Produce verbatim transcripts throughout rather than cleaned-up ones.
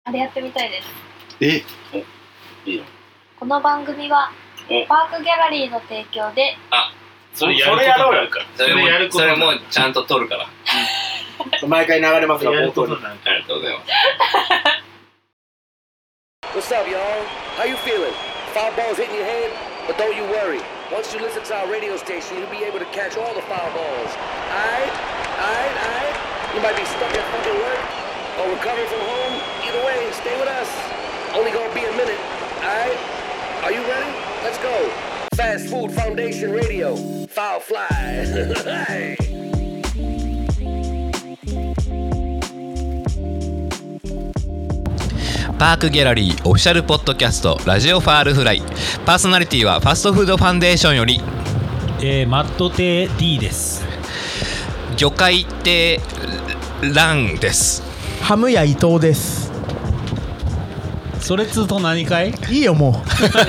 あれやってみたいです。 ええいいよ。 この番組はパークギャラリーの提供で。 あ、それやそれやろうよ。 それもそれもちゃんと撮るから。 毎回流れますが冒頭に。 ありがとうございます。 What's up, y'all? How you feeling? Foul balls hitting your head? But don't you worry. Once you listen to our radio station, you'll be able to catch all the foul balls. Aight? Aight? Aight? You might be stuck at fucking work or recovering from home. Either way, stay with us. Only gonna be a minute. Aight? Are you ready? Let's go. Fast Food Foundation Radio. Foul Fly. Hey. パークギャラリーオフィシャルポッドキャストラジオファールフライ。パーソナリティはファストフードファンデーションより、 えー、マット亭 D です。 魚介亭ランです。 ハム屋伊藤です。 それつうと何かい？ いいよもう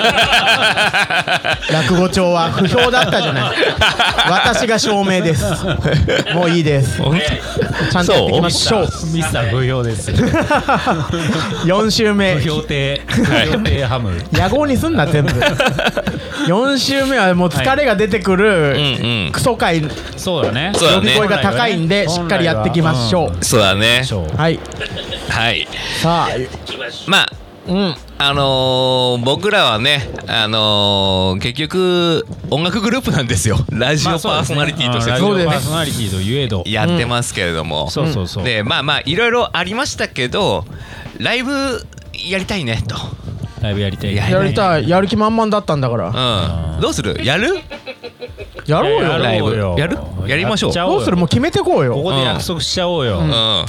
落語帳は不評だったじゃない。私が証明です。もういいです。ちゃんとやっていきましょう。 ミスター不評です。 よん週目不評亭不評亭ハム野号にすんな全部。よん週目はもう疲れが出てくる、はい、クソ回。 そうだね。 呼び声が高いんでしっかりやっていきましょう、 うん、そうだね。 はいはいさあまあうん、あのー、僕らはね、あのー、結局音楽グループなんですよ。ラジオパーソナリティとして、 まあそうですね、ラジオパーソナリティといえどやってますけれども、うん、 そうそうそう。 でまあまあいろいろありましたけど、ライブやりたいねと。 ライブやりたい。 やりたい。やる気満々だったんだから。 うん。どうする？やる？ やろうよ。 ライブやる？やりましょう。 どうする？もう決めてこうよ。 ここで約束しちゃおうよ。 うん。うん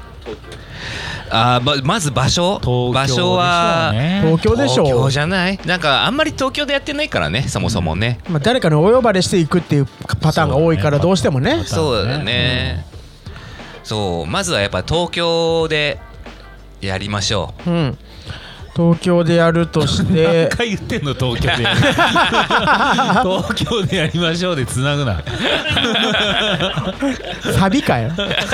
あま, まず場所場所は東京でしょう。 東京じゃない。なんかあんまり東京でやってないからね、そもそもね、 まあ、誰かにお呼ばれしていくっていうパターンが多いからどうしてもね。 そうだね、うん、そうまずはやっぱ東京でやりましょう、うん、 東京でやるとして何回言ってんの東京でやる東京でやりましょうでつなぐなサビかよ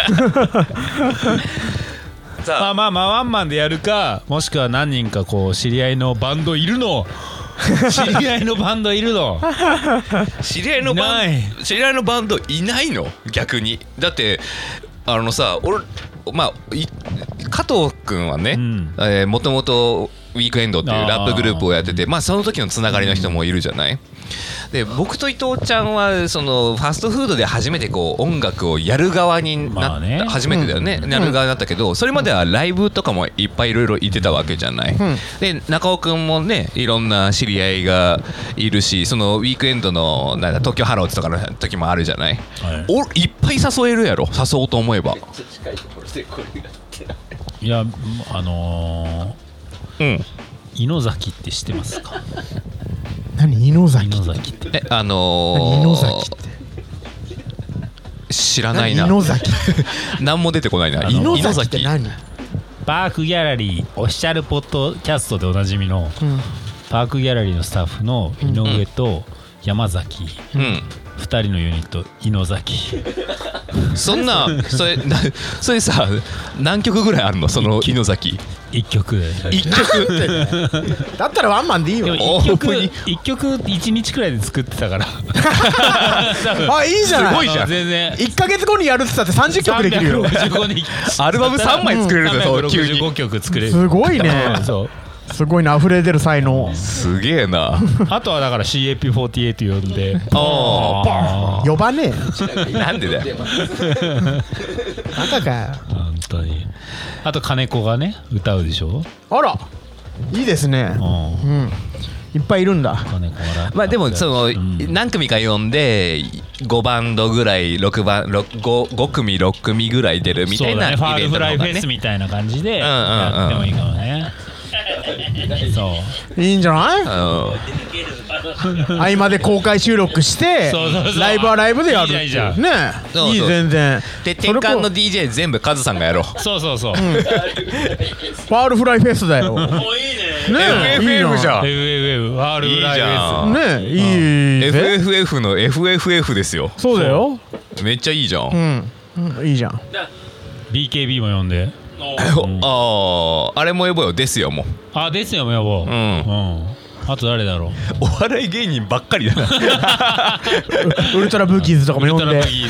まあまあまあワンマンでやるか、もしくは何人かこう知り合いのバンドいるの知り合いのバンドいるの知り合いのバンド知り合いのバンドいないの逆に。だってあのさ俺まあ加藤君はね、うん、えー、もともとウィークエンドっていうラップグループをやってて、まあその時のつながりの人もいるじゃない。で僕と伊藤ちゃんはそのファストフードで初めてこう音楽をやる側になった、まあね、初めてだよね、うん、やる側だったけど、それまではライブとかもいっぱいいろいろ行ってたわけじゃない、うん、で中尾くんもねいろんな知り合いがいるし、そのウィークエンドのなんか東京ハローズとかの時もあるじゃない、はい、おいっぱい誘えるやろ、誘おうと思えば。 いやあのー、うん井野崎って知ってますか？ 何井野崎？ 井野崎ってえあのー、 井野崎って知らないな。 井野崎何も出てこないな。 井野崎って何？ パークギャラリーオフィシャルポッドキャストでおなじみの、うん、パークギャラリーのスタッフの井上と山崎、うんうんふたりのユニット井野崎そんなそれなそれさ何曲ぐらいあるのその井野崎？ いっきょくいっきょくだったらワンマンでいいよ。 いっきょくいっきょくいちにちくらいで作ってたからあいいじゃない。 すごいじゃん。 全然いっかげつごにやるって言ったってさんじゅっきょくできるよ。 アルバムさんまい作れるんだよ。 さんびゃくろくじゅうごきょく作れる。 すごいねそうすごいな、溢れ出る才能。 すげえな。 あとはだから シーエーピーフォーティーエイト 呼んであ呼ばねえなんでだよバカかよ本当に。あと金子がね歌うでしょ。 あらいいですね、うん、いっぱいいるんだ金子が。 まあでもその、うん、何組か呼んでごバンドぐらいろくばん 5, ご組ろっ組ぐらい出るみたいなイベントの方がね。 ファールフライフェスみたいな感じでやってもいいかもね。 そういいんじゃない？うん、合間で公開収録してそうそうそう、 ライブはライブでやるっていういいじゃんね。 そうそういい全然。 で転換の ディージェー 全部カズさんがやろう。 そうそうそう、うん、 ファールフライフェスだよ。 おいいね。 ねエフエフエフ じゃん。 エフエフエフ ファールフライフェスねいい。 エフエフエフ の エフエフエフ ですよ。 そうだよ。 めっちゃいいじゃん。 うん、うん、いいじゃん。 ビーケービー も呼んで。 あああれも呼ぼうよですよもうあですよも呼ぼう。うん、うん、あと誰だろう。 お笑い芸人ばっかりだなウルトラブギーズとかも呼んでいっ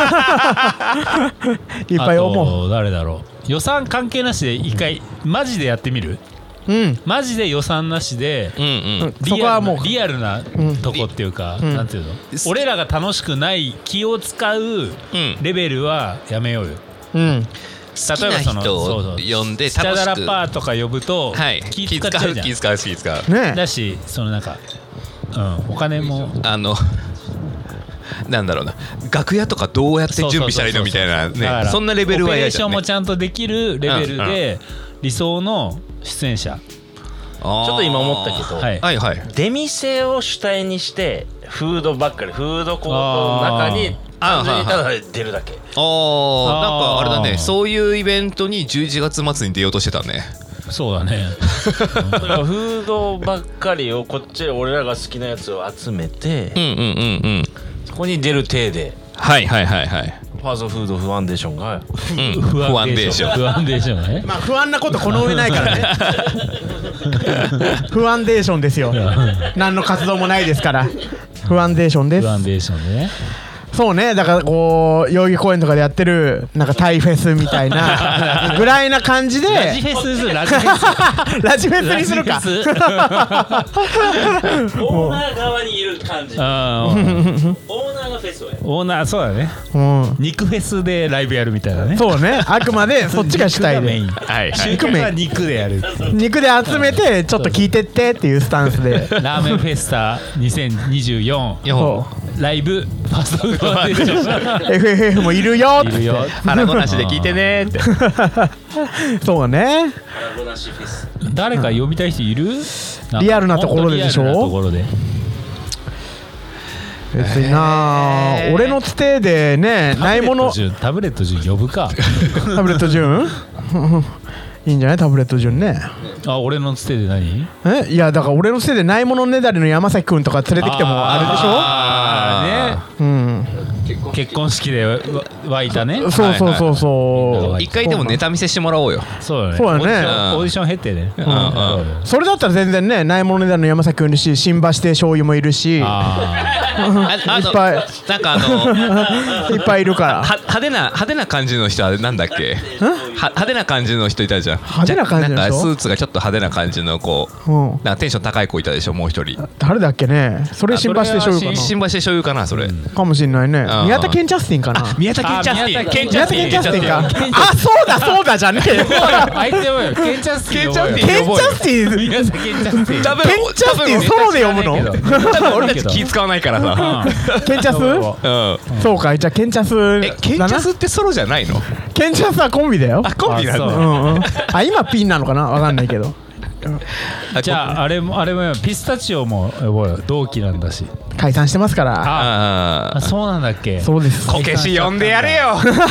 ぱい呼ぼう。 あと誰だろう。予算関係なしで一回マジでやってみる。うん、マジで予算なしで、うんうん、リアルな、リアルなとこっていうか、うん、なんていうの、俺らが楽しくない気を使うレベルはやめようよ、うん、例えばその人を呼んで楽しくスチャダラパーとか呼ぶと、はい、気使っちゃうじゃん。 気使う気使う、 ね、だしそのなんか、うん、お金もあのなんだろうな楽屋とかどうやって準備したらいいのみたいなね、そんなレベルは嫌じゃんね。 オペレーションもちゃんとできるレベルで、うんうん、理想の出演者。 ちょっと今思ったけど、 はいはいはい、 出店を主体にしてフードばっかりフードコートの中に単純にただ出るだけ。 ああなんかあれだね、そういうイベントにじゅういちがつ末に出ようとしてたね。 そうだねだからフードばっかりをこっちで俺らが好きなやつを集めて、 うんうんうんうん、 そこに出る体で、 はいはいはいはい、 ファーストフード不安デーションが、 うん、不安デーション不安デーションね。 まあ不安なことこの上ないからね不安デーションですよ何の活動もないですから不安デーションです。 不安デーションでね。 そうね、だからこう代々木公園とかでやってるなんかタイフェスみたいなぐらいな感じでラジフェスラジフェスラジフェスにするかオーナー側にいる感じ。あオーナーがフェスをやる。 オーナーそうだね、うん、肉フェスでライブやるみたいなね。 そうね、あくまでそっちが主体でメイン、はい、集客は肉でやる肉で集めてちょっと聞いてってっていうスタンスでラーメンフェスタにせんにじゅうよんライブファーストフードエフエフエフ もいるよって腹ごなしで聞いてねってそうね、 腹ごなしフェス。 誰か呼びたい人いる？ リアルなところででしょ。リアルなところで別にな、俺のつてでねないもの。 タブレット順呼ぶかタブレット順いいんじゃない、タブレット順ね。 あ、俺のつてで何？ え、いやだから俺のつてでないものねだりの山崎くんとか連れてきてもあれでしょ。 ああね、うん、結婚式で湧いたね。 そうそうそうそう。 一回でもネタ見せしてもらおうよ。 そうだね。 そうだね。 オーディション経てね。 うんうん、それだったら全然ね、ないものねだりの山崎くんいるし、新橋亭醤油もいるし、あいっぱいなんかあのいっぱいいるから。 は派手な派手な感じの人はなんだっけ？は派手な感じの人いたじゃん。 派手な感じの人？ なんかスーツがちょっと派手な感じの子、うん、なんかテンション高い子いたでしょ、もう一人。 誰だっけね。それ新橋亭醤油かな。 新橋亭醤油かなそれ。 かもしれないね。宮田ケンチャスティンかな。 宮田ケンチャスティン。 宮田ケンチャスティンか。あ、そうだそうだじゃねえよ。 相手はケンチャスティン。 ケンチャスティン。 宮田ケンチャスティン。 ケンチャスティンソロで読むの？ 多分俺たち気使わないからさ。 ケンチャス？うん。そうか、じゃあケンチャス。 え、ケンチャスってソロじゃないの？ ケンチャスはコンビだよ。 あ、コンビなんだ。 うんうん。あ、今ピンなのかな、わかんないけど。 じゃああれもあれもピスタチオも同期なんだし解散してますから。 ああ、そうなんだっけ。 そうです。 こけし呼んでやれよ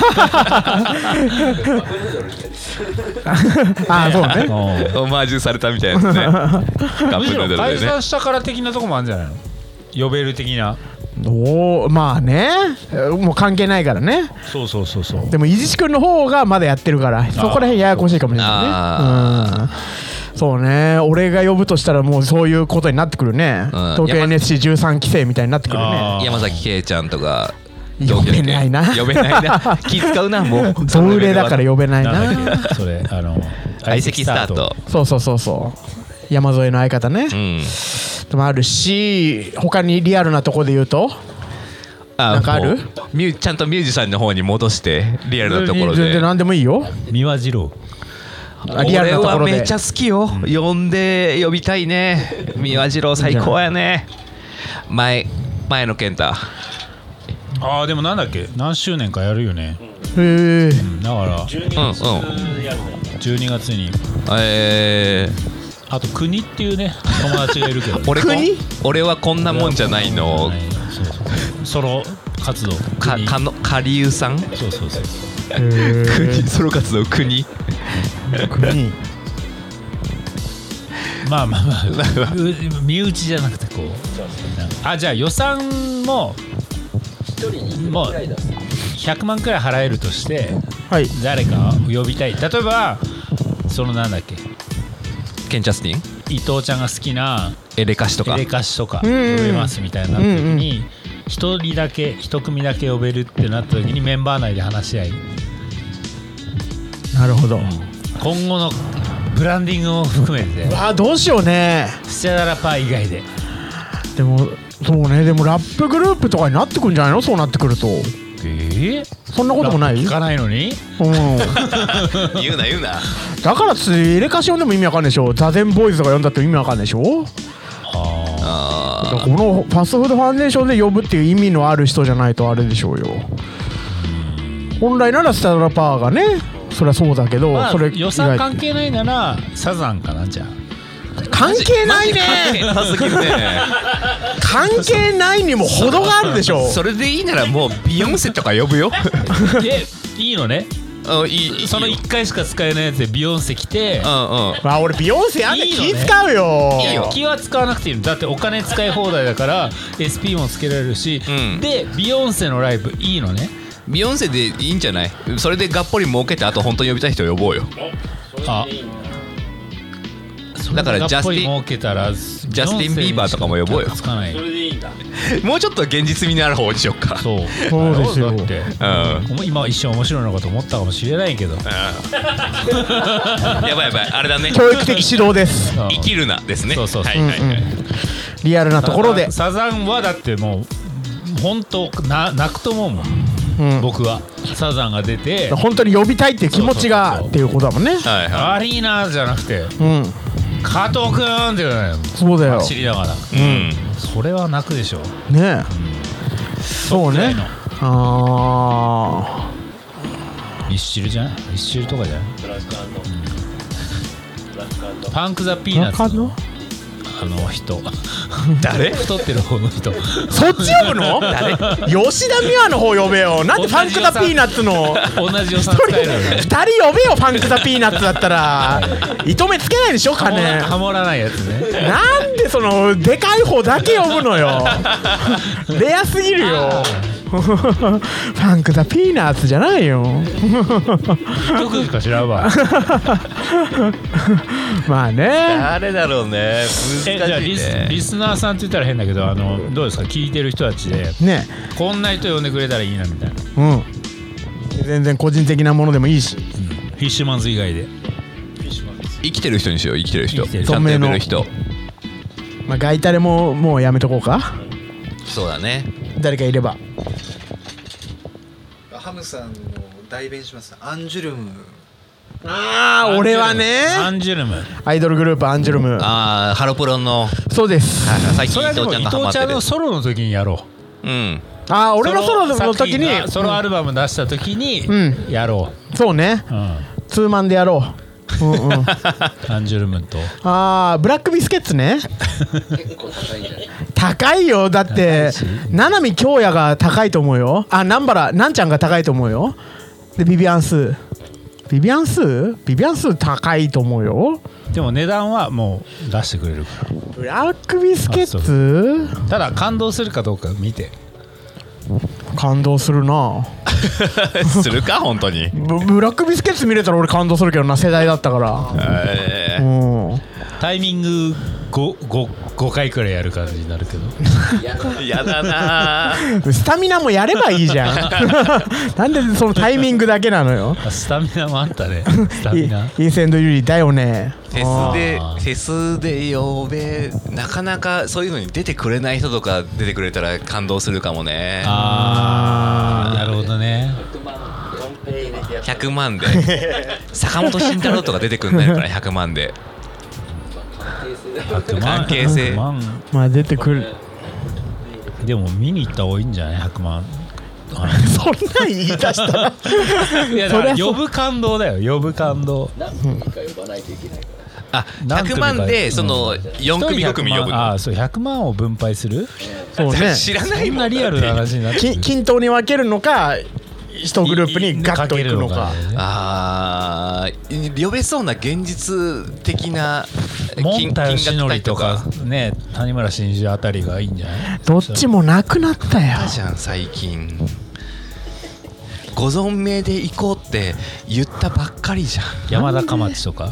ああ、そうね。 オマージュされたみたいなね。 むしろ解散したから的なとこもあるんじゃないの、呼べる的な。 おー、まあね、もう関係ないからね。 そうそうそうそう。 でも伊地知くんの方がまだやってるから、そこら辺ややこしいかもしれないね。うん、そうね、俺が呼ぶとしたらもうそういうことになってくるね、うん、東京 エヌエスシーじゅうさん 期生みたいになってくるね。 山崎圭ちゃんとか呼べないな。 呼べないな。気使うな、もう同齢だから呼べないな。 それあの相席スタート。 そうそうそうそう、山添の相方ね、うん、もあるし、他にリアルなとこで言うとなんかある？ ミュちゃんとミュージシャンの方に戻してリアルなところで。 全然何でもいいよ。 三輪次郎。 俺はめっちゃ好きよ、うん、呼んで呼びたいね。三輪次郎最高やね。前前の健太。 ああ、でもなんだっけ、何周年かやるよね。 へえ、 うん、だからじゅうにがつじゅうにがつにえー、あと国っていうね友達がいるけど俺, 俺はこんなもんじゃないの。 そうそうソロ活動かかのかりゆさん。 そうそうそう。 国ソロ活動国国まあまあまあ身内じゃなくてこう。あ、じゃあ予算ももう一ひゃくまんくらい払えるとして、 はい、 誰かを呼びたい。例えばそのなんだっけ、 ケンチャスティン、 伊藤ちゃんが好きなエレカシとかエレカシとか呼べますみたいになった時に一人だけ一組だけ呼べるってなった時にメンバー内で話し合い。 なるほど、うん、 今後のブランディングも含めて。 わあどうしようね、 スチャダラパー以外で。 でもそうね、でもラップグループとかになってくるんじゃないの、そうなってくると。 えー、 そんなこともない？ 聞かないのに、 うん、言うな言うな。 だからつエレカシ呼んでも意味わかんないでしょ、ザゼンボーイズとか呼んだって意味わかんないでしょ。ああ、このファストフードファンデーションで呼ぶっていう意味のある人じゃないとあれでしょうよ。本来ならスタドラパーがね、そりゃそうだけど、 まあ、 それ予算関係ないならサザンかな。じゃあ関係ないね。関係ないにも程があるでしょ。 それでいいならもうビヨンセとか呼ぶよ。 え、いいのね。 あ、いい。 そのいっかいしか使えないやつでビヨンセ来て、 うんうん。 まあ俺ビヨンセやんで気使うよ。 いいよ。気は使わなくていいの。だってお金使い放題だから エスピー もつけられるし、うん、でビヨンセのライブいいのね。 ビヨンセでいいんじゃない。それでがっぽり儲けて、あと本当に呼びたい人呼ぼうよ。あ、だからジャスティン儲けたらジャスティンビーバーとかも呼ぼうよ。 つかない。それでいいんだ。 もうちょっと現実味のある方にしよっか。 そうそうですよ。 だって、うん、今一瞬面白いのかと思ったかもしれないけど、うん、やばいやばい、あれだね、 教育的指導です。 生きるなですね。 そうそうそう、 はいはいはい、うんうん、 リアルなところでサザンはだってもう本当な泣くと思うもん、うん、僕はサザンが出て本当に呼びたいっていう気持ちがっていうことだもんね。 はいはい、アリーナじゃなくて、うん、加藤くんって言うのよ。 そうだよ。 走りながら、うん、それは泣くでしょねえ、うん、そうね。ああ、ミッシルじゃない？ミッシルとかじゃない？うん、パンクザピーナッツのあの人誰？ 太ってる方の人。 そっち呼ぶの？誰？吉田美和の方呼べよ。なんでファンクザピーナッツの同じ予算使えるのね。 ふたり呼べよ。ファンクザピーナッツだったら糸目つけないでしょ、金。 ハモらないやつね。 なんでそのでかい方だけ呼ぶのよ。レアすぎるよ。ファンクザピーナッツじゃないよ。 曲しか知らんわ。 まあね。 誰だろうね。難しいね。 え、じゃあリス、リスナーさんって言ったら変だけど、あのどうですか、聞いてる人たちで、ね、こんな人呼んでくれたらいいなみたいな。うん。 全然個人的なものでもいいし。うん、フィッシュマンズ以外で。 生きてる人にしよう。生きてる人。ちゃんと呼べる人。 まあガイタレももうやめとこうか。 そうだね。 誰かいれば。 ハムさんの代弁します。アンジュルム。 ああ、俺はね、 アンジュルム、 アイドルグループアンジュルム。 ああ、ハロプロンの。 そうです。 最近伊藤ちゃんがハマってる。 伊藤ちゃんのソロの時にやろう。うん。 ああ、俺のソロの時にソロアルバム出した時にやろう。 そうね。ツーマンでやろう。うんうん、 アンジュルムとああ、ブラックビスケッツね。結構高いんじゃない？高いよ。だって七海京也が高いと思うよ。あ、南原なんちゃんが高いと思うよ。でビビアンスビビアンスビビアンス高いと思うよ。 でも値段はもう出してくれるから。 ブラックビスケッツ、 ただ感動するかどうか見て。 感動するな。 するか本当に。 ブ, ブラックビスケッツ見れたら俺感動するけどな、世代だったから、えーうん、タイミング ご, ごかいくらいやる感じになるけど。 やだな。 スタミナもやればいいじゃん。なんでそのタイミングだけなのよ。 スタミナもあったね。スタミナインセンドユリだよね。 フェスでフェスで呼べ、なかなかそういうのに出てくれない人とか出てくれたら感動するかもね。 ああ、なるほどね。 ひゃくまんで坂本慎太郎とか出てくんないのかな。ひゃくまんで関係性、 まあ出てくる。 でも見に行った方がいいんじゃない？ひゃくまん。 そんなん言い出したらいや、だから呼ぶ感動だよ。呼ぶ感動。 何組か呼ばないといけないから。 あ、ひゃくまんでそのよんくみごくみ呼ぶの。 あ、そう、ひゃくまんを分配する。 そうね。 知らないもん。 そんなリアルな話になって。 均等に分けるのか、一グループにガッといくのか。 ああ、呼べそうな現実的なモンタヨシノリとかね、谷村新司あたりがいいんじゃない？ どっちもなくなったよ。 じゃん最近。 ご存命で行こうって言ったばっかりじゃん。 山田かまちとか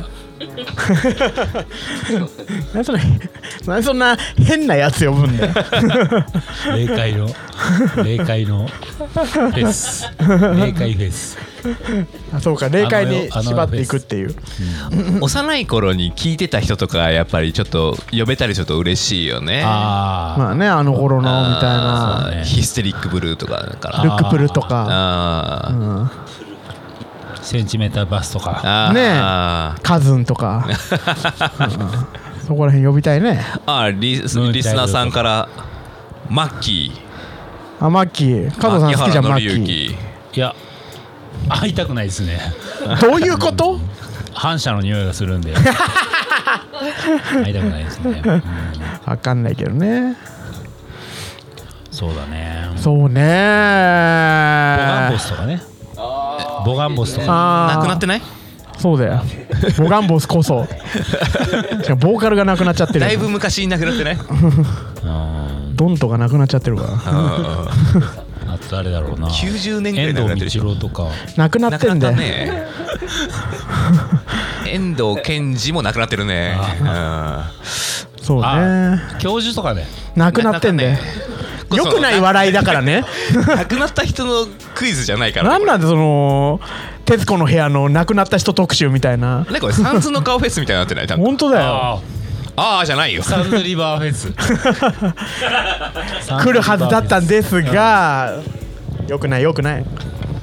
何それ何そんな変なやつ呼ぶんだよ霊界の霊界のフェス霊界フェスあそうか霊界に縛っていくっていう、 うん、幼い頃に聞いてた人とかやっぱりちょっと呼べたりすると嬉しいよね。 あまあねあの頃のみたいな、 ね、ヒステリックブルーとかだからルックプルとかあ、うんセンチメーターバスとかねえカズンとか、うん、そこら辺呼びたいね。 あリス、リスナーさんからマッキーあマッキー加藤さん好きじゃんマッキー。 いや会いたくないですね。 どういうこと？ 反射の匂いがするんで会いたくないですね、うん、 分かんないけどね。 そうだねそうねボガンボスとかねボガンボスとかなくなってない？ そうだよボガンボスこそボーカルがなくなっちゃってる。 だいぶ昔になくなってないドントがなくなっちゃってるからあと誰だろうなきゅうじゅうねんぐらいなくなってる。 遠藤道郎とかなくなってんだよね遠藤健二もなくなってるね。 そうね教授とかねなくなってんだよ。よくない笑いだからね亡くなった人のクイズじゃないから。 なんなんでその徹子の部屋の亡くなった人特集みたいな。 ねこれサンズの顔フェスみたいになってない？ 本当だよ。 ああじゃないよ。 サンズリバーフェス来るはずだったんですがよくないよくない。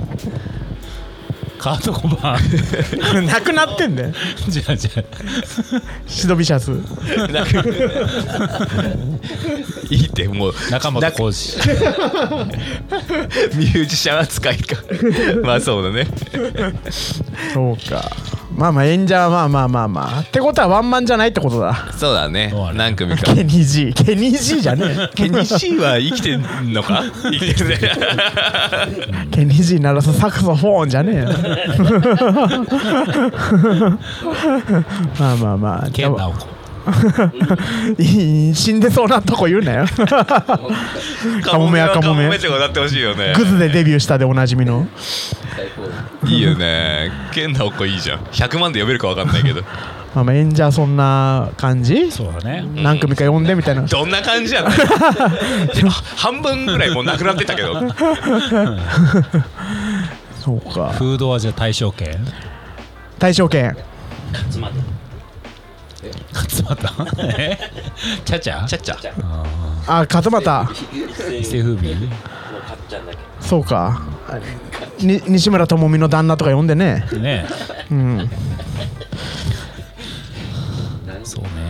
カートコバーンなくなってんだよ。 じゃあじゃあシドビシャスいいってもう中本浩二ミュージシャン扱いかまあそうだねそうかまあまあ演者はまあまあまあまあってことはワンマンじゃないってことだ。 そうだね何組か。 ケニー G ケニー G じゃねえケニー G は生きてんのか生きてるねケニー G 鳴らすサクソフォンじゃねえよまあまあまあケンナオコ死んでそうなとこ言うなよカモメはカモメって歌ってほしいよね。 グズでデビューしたでおなじみのいいよねケンナオコいいじゃん。ひゃくまんで呼べるか分かんないけどまあまあ演者そんな感じ。 そうだね何組か呼んでみたいな。 どんな感じやった半分ぐらいもうなくなってたけどそうかフードはじゃあ大正圏大正圏勝俣勝俣チャチャチャチャあ勝俣伊勢風靡そうかに西村智美の旦那とか呼んでねねうんそうね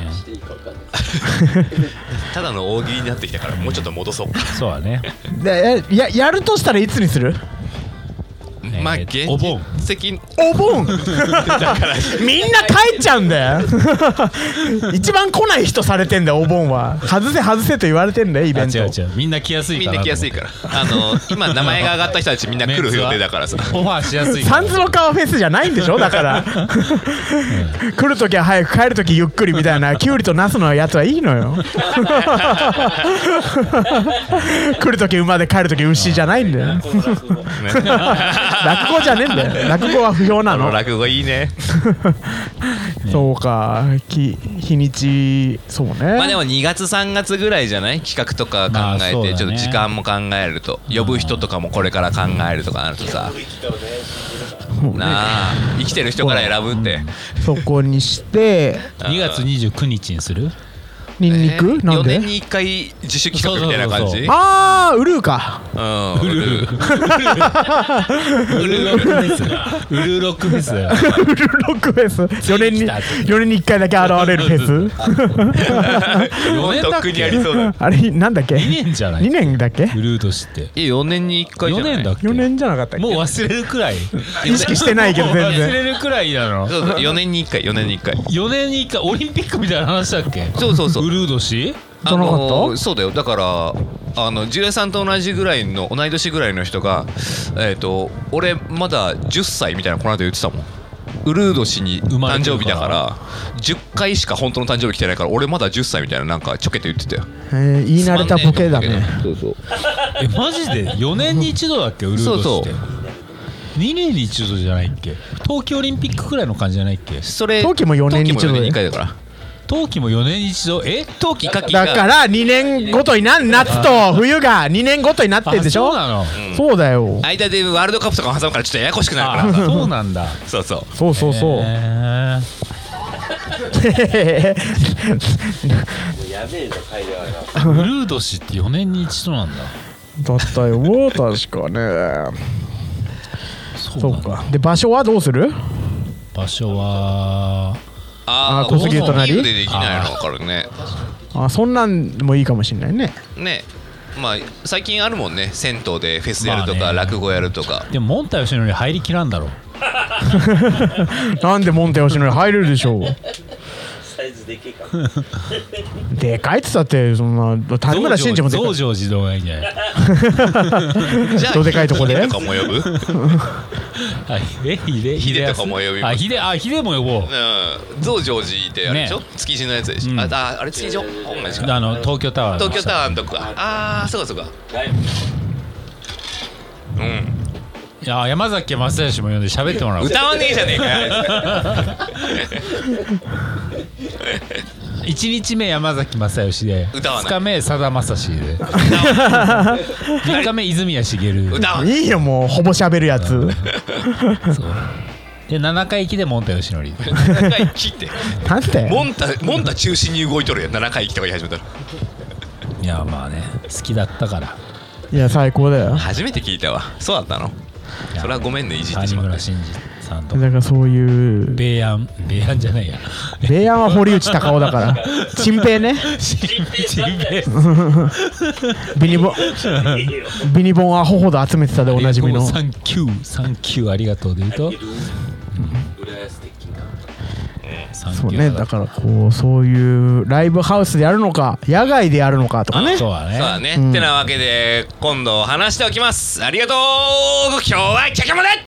ただの大喜利になってきたからもうちょっと戻そう。 そうだねでややるとしたらいつにする？ まあ現お盆実的お盆だからみんな帰っちゃうんだよ一番来ない人されてんだよお盆は。外せ外せと言われてんだよイベント。 違う違うみんな来やすいから。 みんな来やすいからあの今名前が上がった人たちみんな来る予定だからさオファーしやすいから。 サンズの川フェスじゃないんでしょだから来るときは早く帰るときゆっくりみたいなキュウリとナスのやつはいいのよ来るとき馬で帰るとき牛じゃないんだよ落語じゃねえんだよ。落語は不評なの。 落語いいねそうかき日にちそうね。 まあでもにがつさんがつぐらいじゃない企画とか考えて、まあね、ちょっと時間も考えると呼ぶ人とかもこれから考えるとかなるとさ、うん、なあ生きてる人から選ぶって、 うん、そこにしてにがつにじゅうくにちにするニンニク、えー、なんでよねんにいっかい自主企画みたいな感じ。 ああウルーかうんウルーウルーロックフェスウルーロックフェスウルーロックフェスよねんによねんにいっかいだけ現れるフェスよねんとっくにありそうだ。 あれなんだっけにねんじゃないにねんだっけウルー年ってえよねんにいっかいじゃない。 よねんだっけよねんじゃなかったっけ。 もう忘れるくらい意識してないけど全然忘れるくらいなの。 そうそうよねんにいっかいよねんにいっかいよねんにいっかいオリンピックみたいな話だっけ。 そうそうそうウルー年あのー、そうだよ。だからあのジュエさんと同じぐらいの同い年ぐらいの人がえっ、ー、と俺まだじゅっさいみたいなこの間言ってたもん。ウルー年に誕生日だからじゅっかいしか本当の誕生日来てないから俺まだじゅっさいみたいななんかちょけて言ってたよ。 へえ言い慣れたボケだね。 そうそうえマジでよねんに一度だっけウルー年って。そうそうにねんに一度じゃないっけ。冬季オリンピックくらいの感じじゃないっけ。 それ冬季もよねんに一度冬季もよねんにいっかいだから。 冬季もよねんに一度。え冬季夏季がだからにねんごとにな夏と冬がにねんごとになってるでしょ。 そうなの、 うん、そうだよ。 間でワールドカップとかも挟むからちょっとややこしくなるから。 そうなんだ。 そうそうそうそうそう。 やべえぞ会話が。 ブルー年ってよねんに一度なんだ。 だったよ確かね。そうか。で場所はどうする？ 場所はああ、 小杉隣でできないの分かるね。 あ、そんなんもいいかもしれないね。 ね、まあ最近あるもんね、銭湯でフェスやるとか、まあね、落語やるとか。 でもモンタヨシノリ入りきらんだろ。 なんでモンタヨシノリ入れるでしょう。 サイズでけえか。 でかいっつったってそんな谷村新司もでかい。 増上寺動画いいんじゃない。 じゃあどでかいとこで。 ヒデとかも呼ぶ。 はい、えヒデヒデとかも呼びます。 あヒデあヒデも呼ぼう。 うん。増上寺ってあれでしょ。築地のやつでしょ。あああれ築地じゃん。同じか。 あの東京タワー。 東京タワーのとこか。ああそうかそうか。うん。 いや山崎正義も呼んで喋ってもらおう。 歌わねえじゃねえかよ。 いちにちめ山崎正義でふつかめさだまさしでみっかめ泉谷しげる。 いいよもうほぼ喋るやつ。そうでななかい行きでモンタヨシノリ。 ななかい行きってなんてモンタモンタ中心に動いとるやん。ななかい行きとか言い始めたら。 いやまあね好きだったから。 いや最高だよ。 初めて聞いたわ。そうだったの。それはごめんねいじってしまって。谷村新司さんとか。 だからそういう米安米安じゃないや。 米安は堀内孝雄だから。チンペイね。 チンペイ。 ビニボビニボンアホほど集めてたでおなじみの。 サンキューサンキューありがとうで言うと。 そうね、だからこうそういうライブハウスでやるのか野外でやるのかとかね。 そうだね。 そうだね。ってなわけで今度話しておきます。ありがとう。今日はキャキャモで。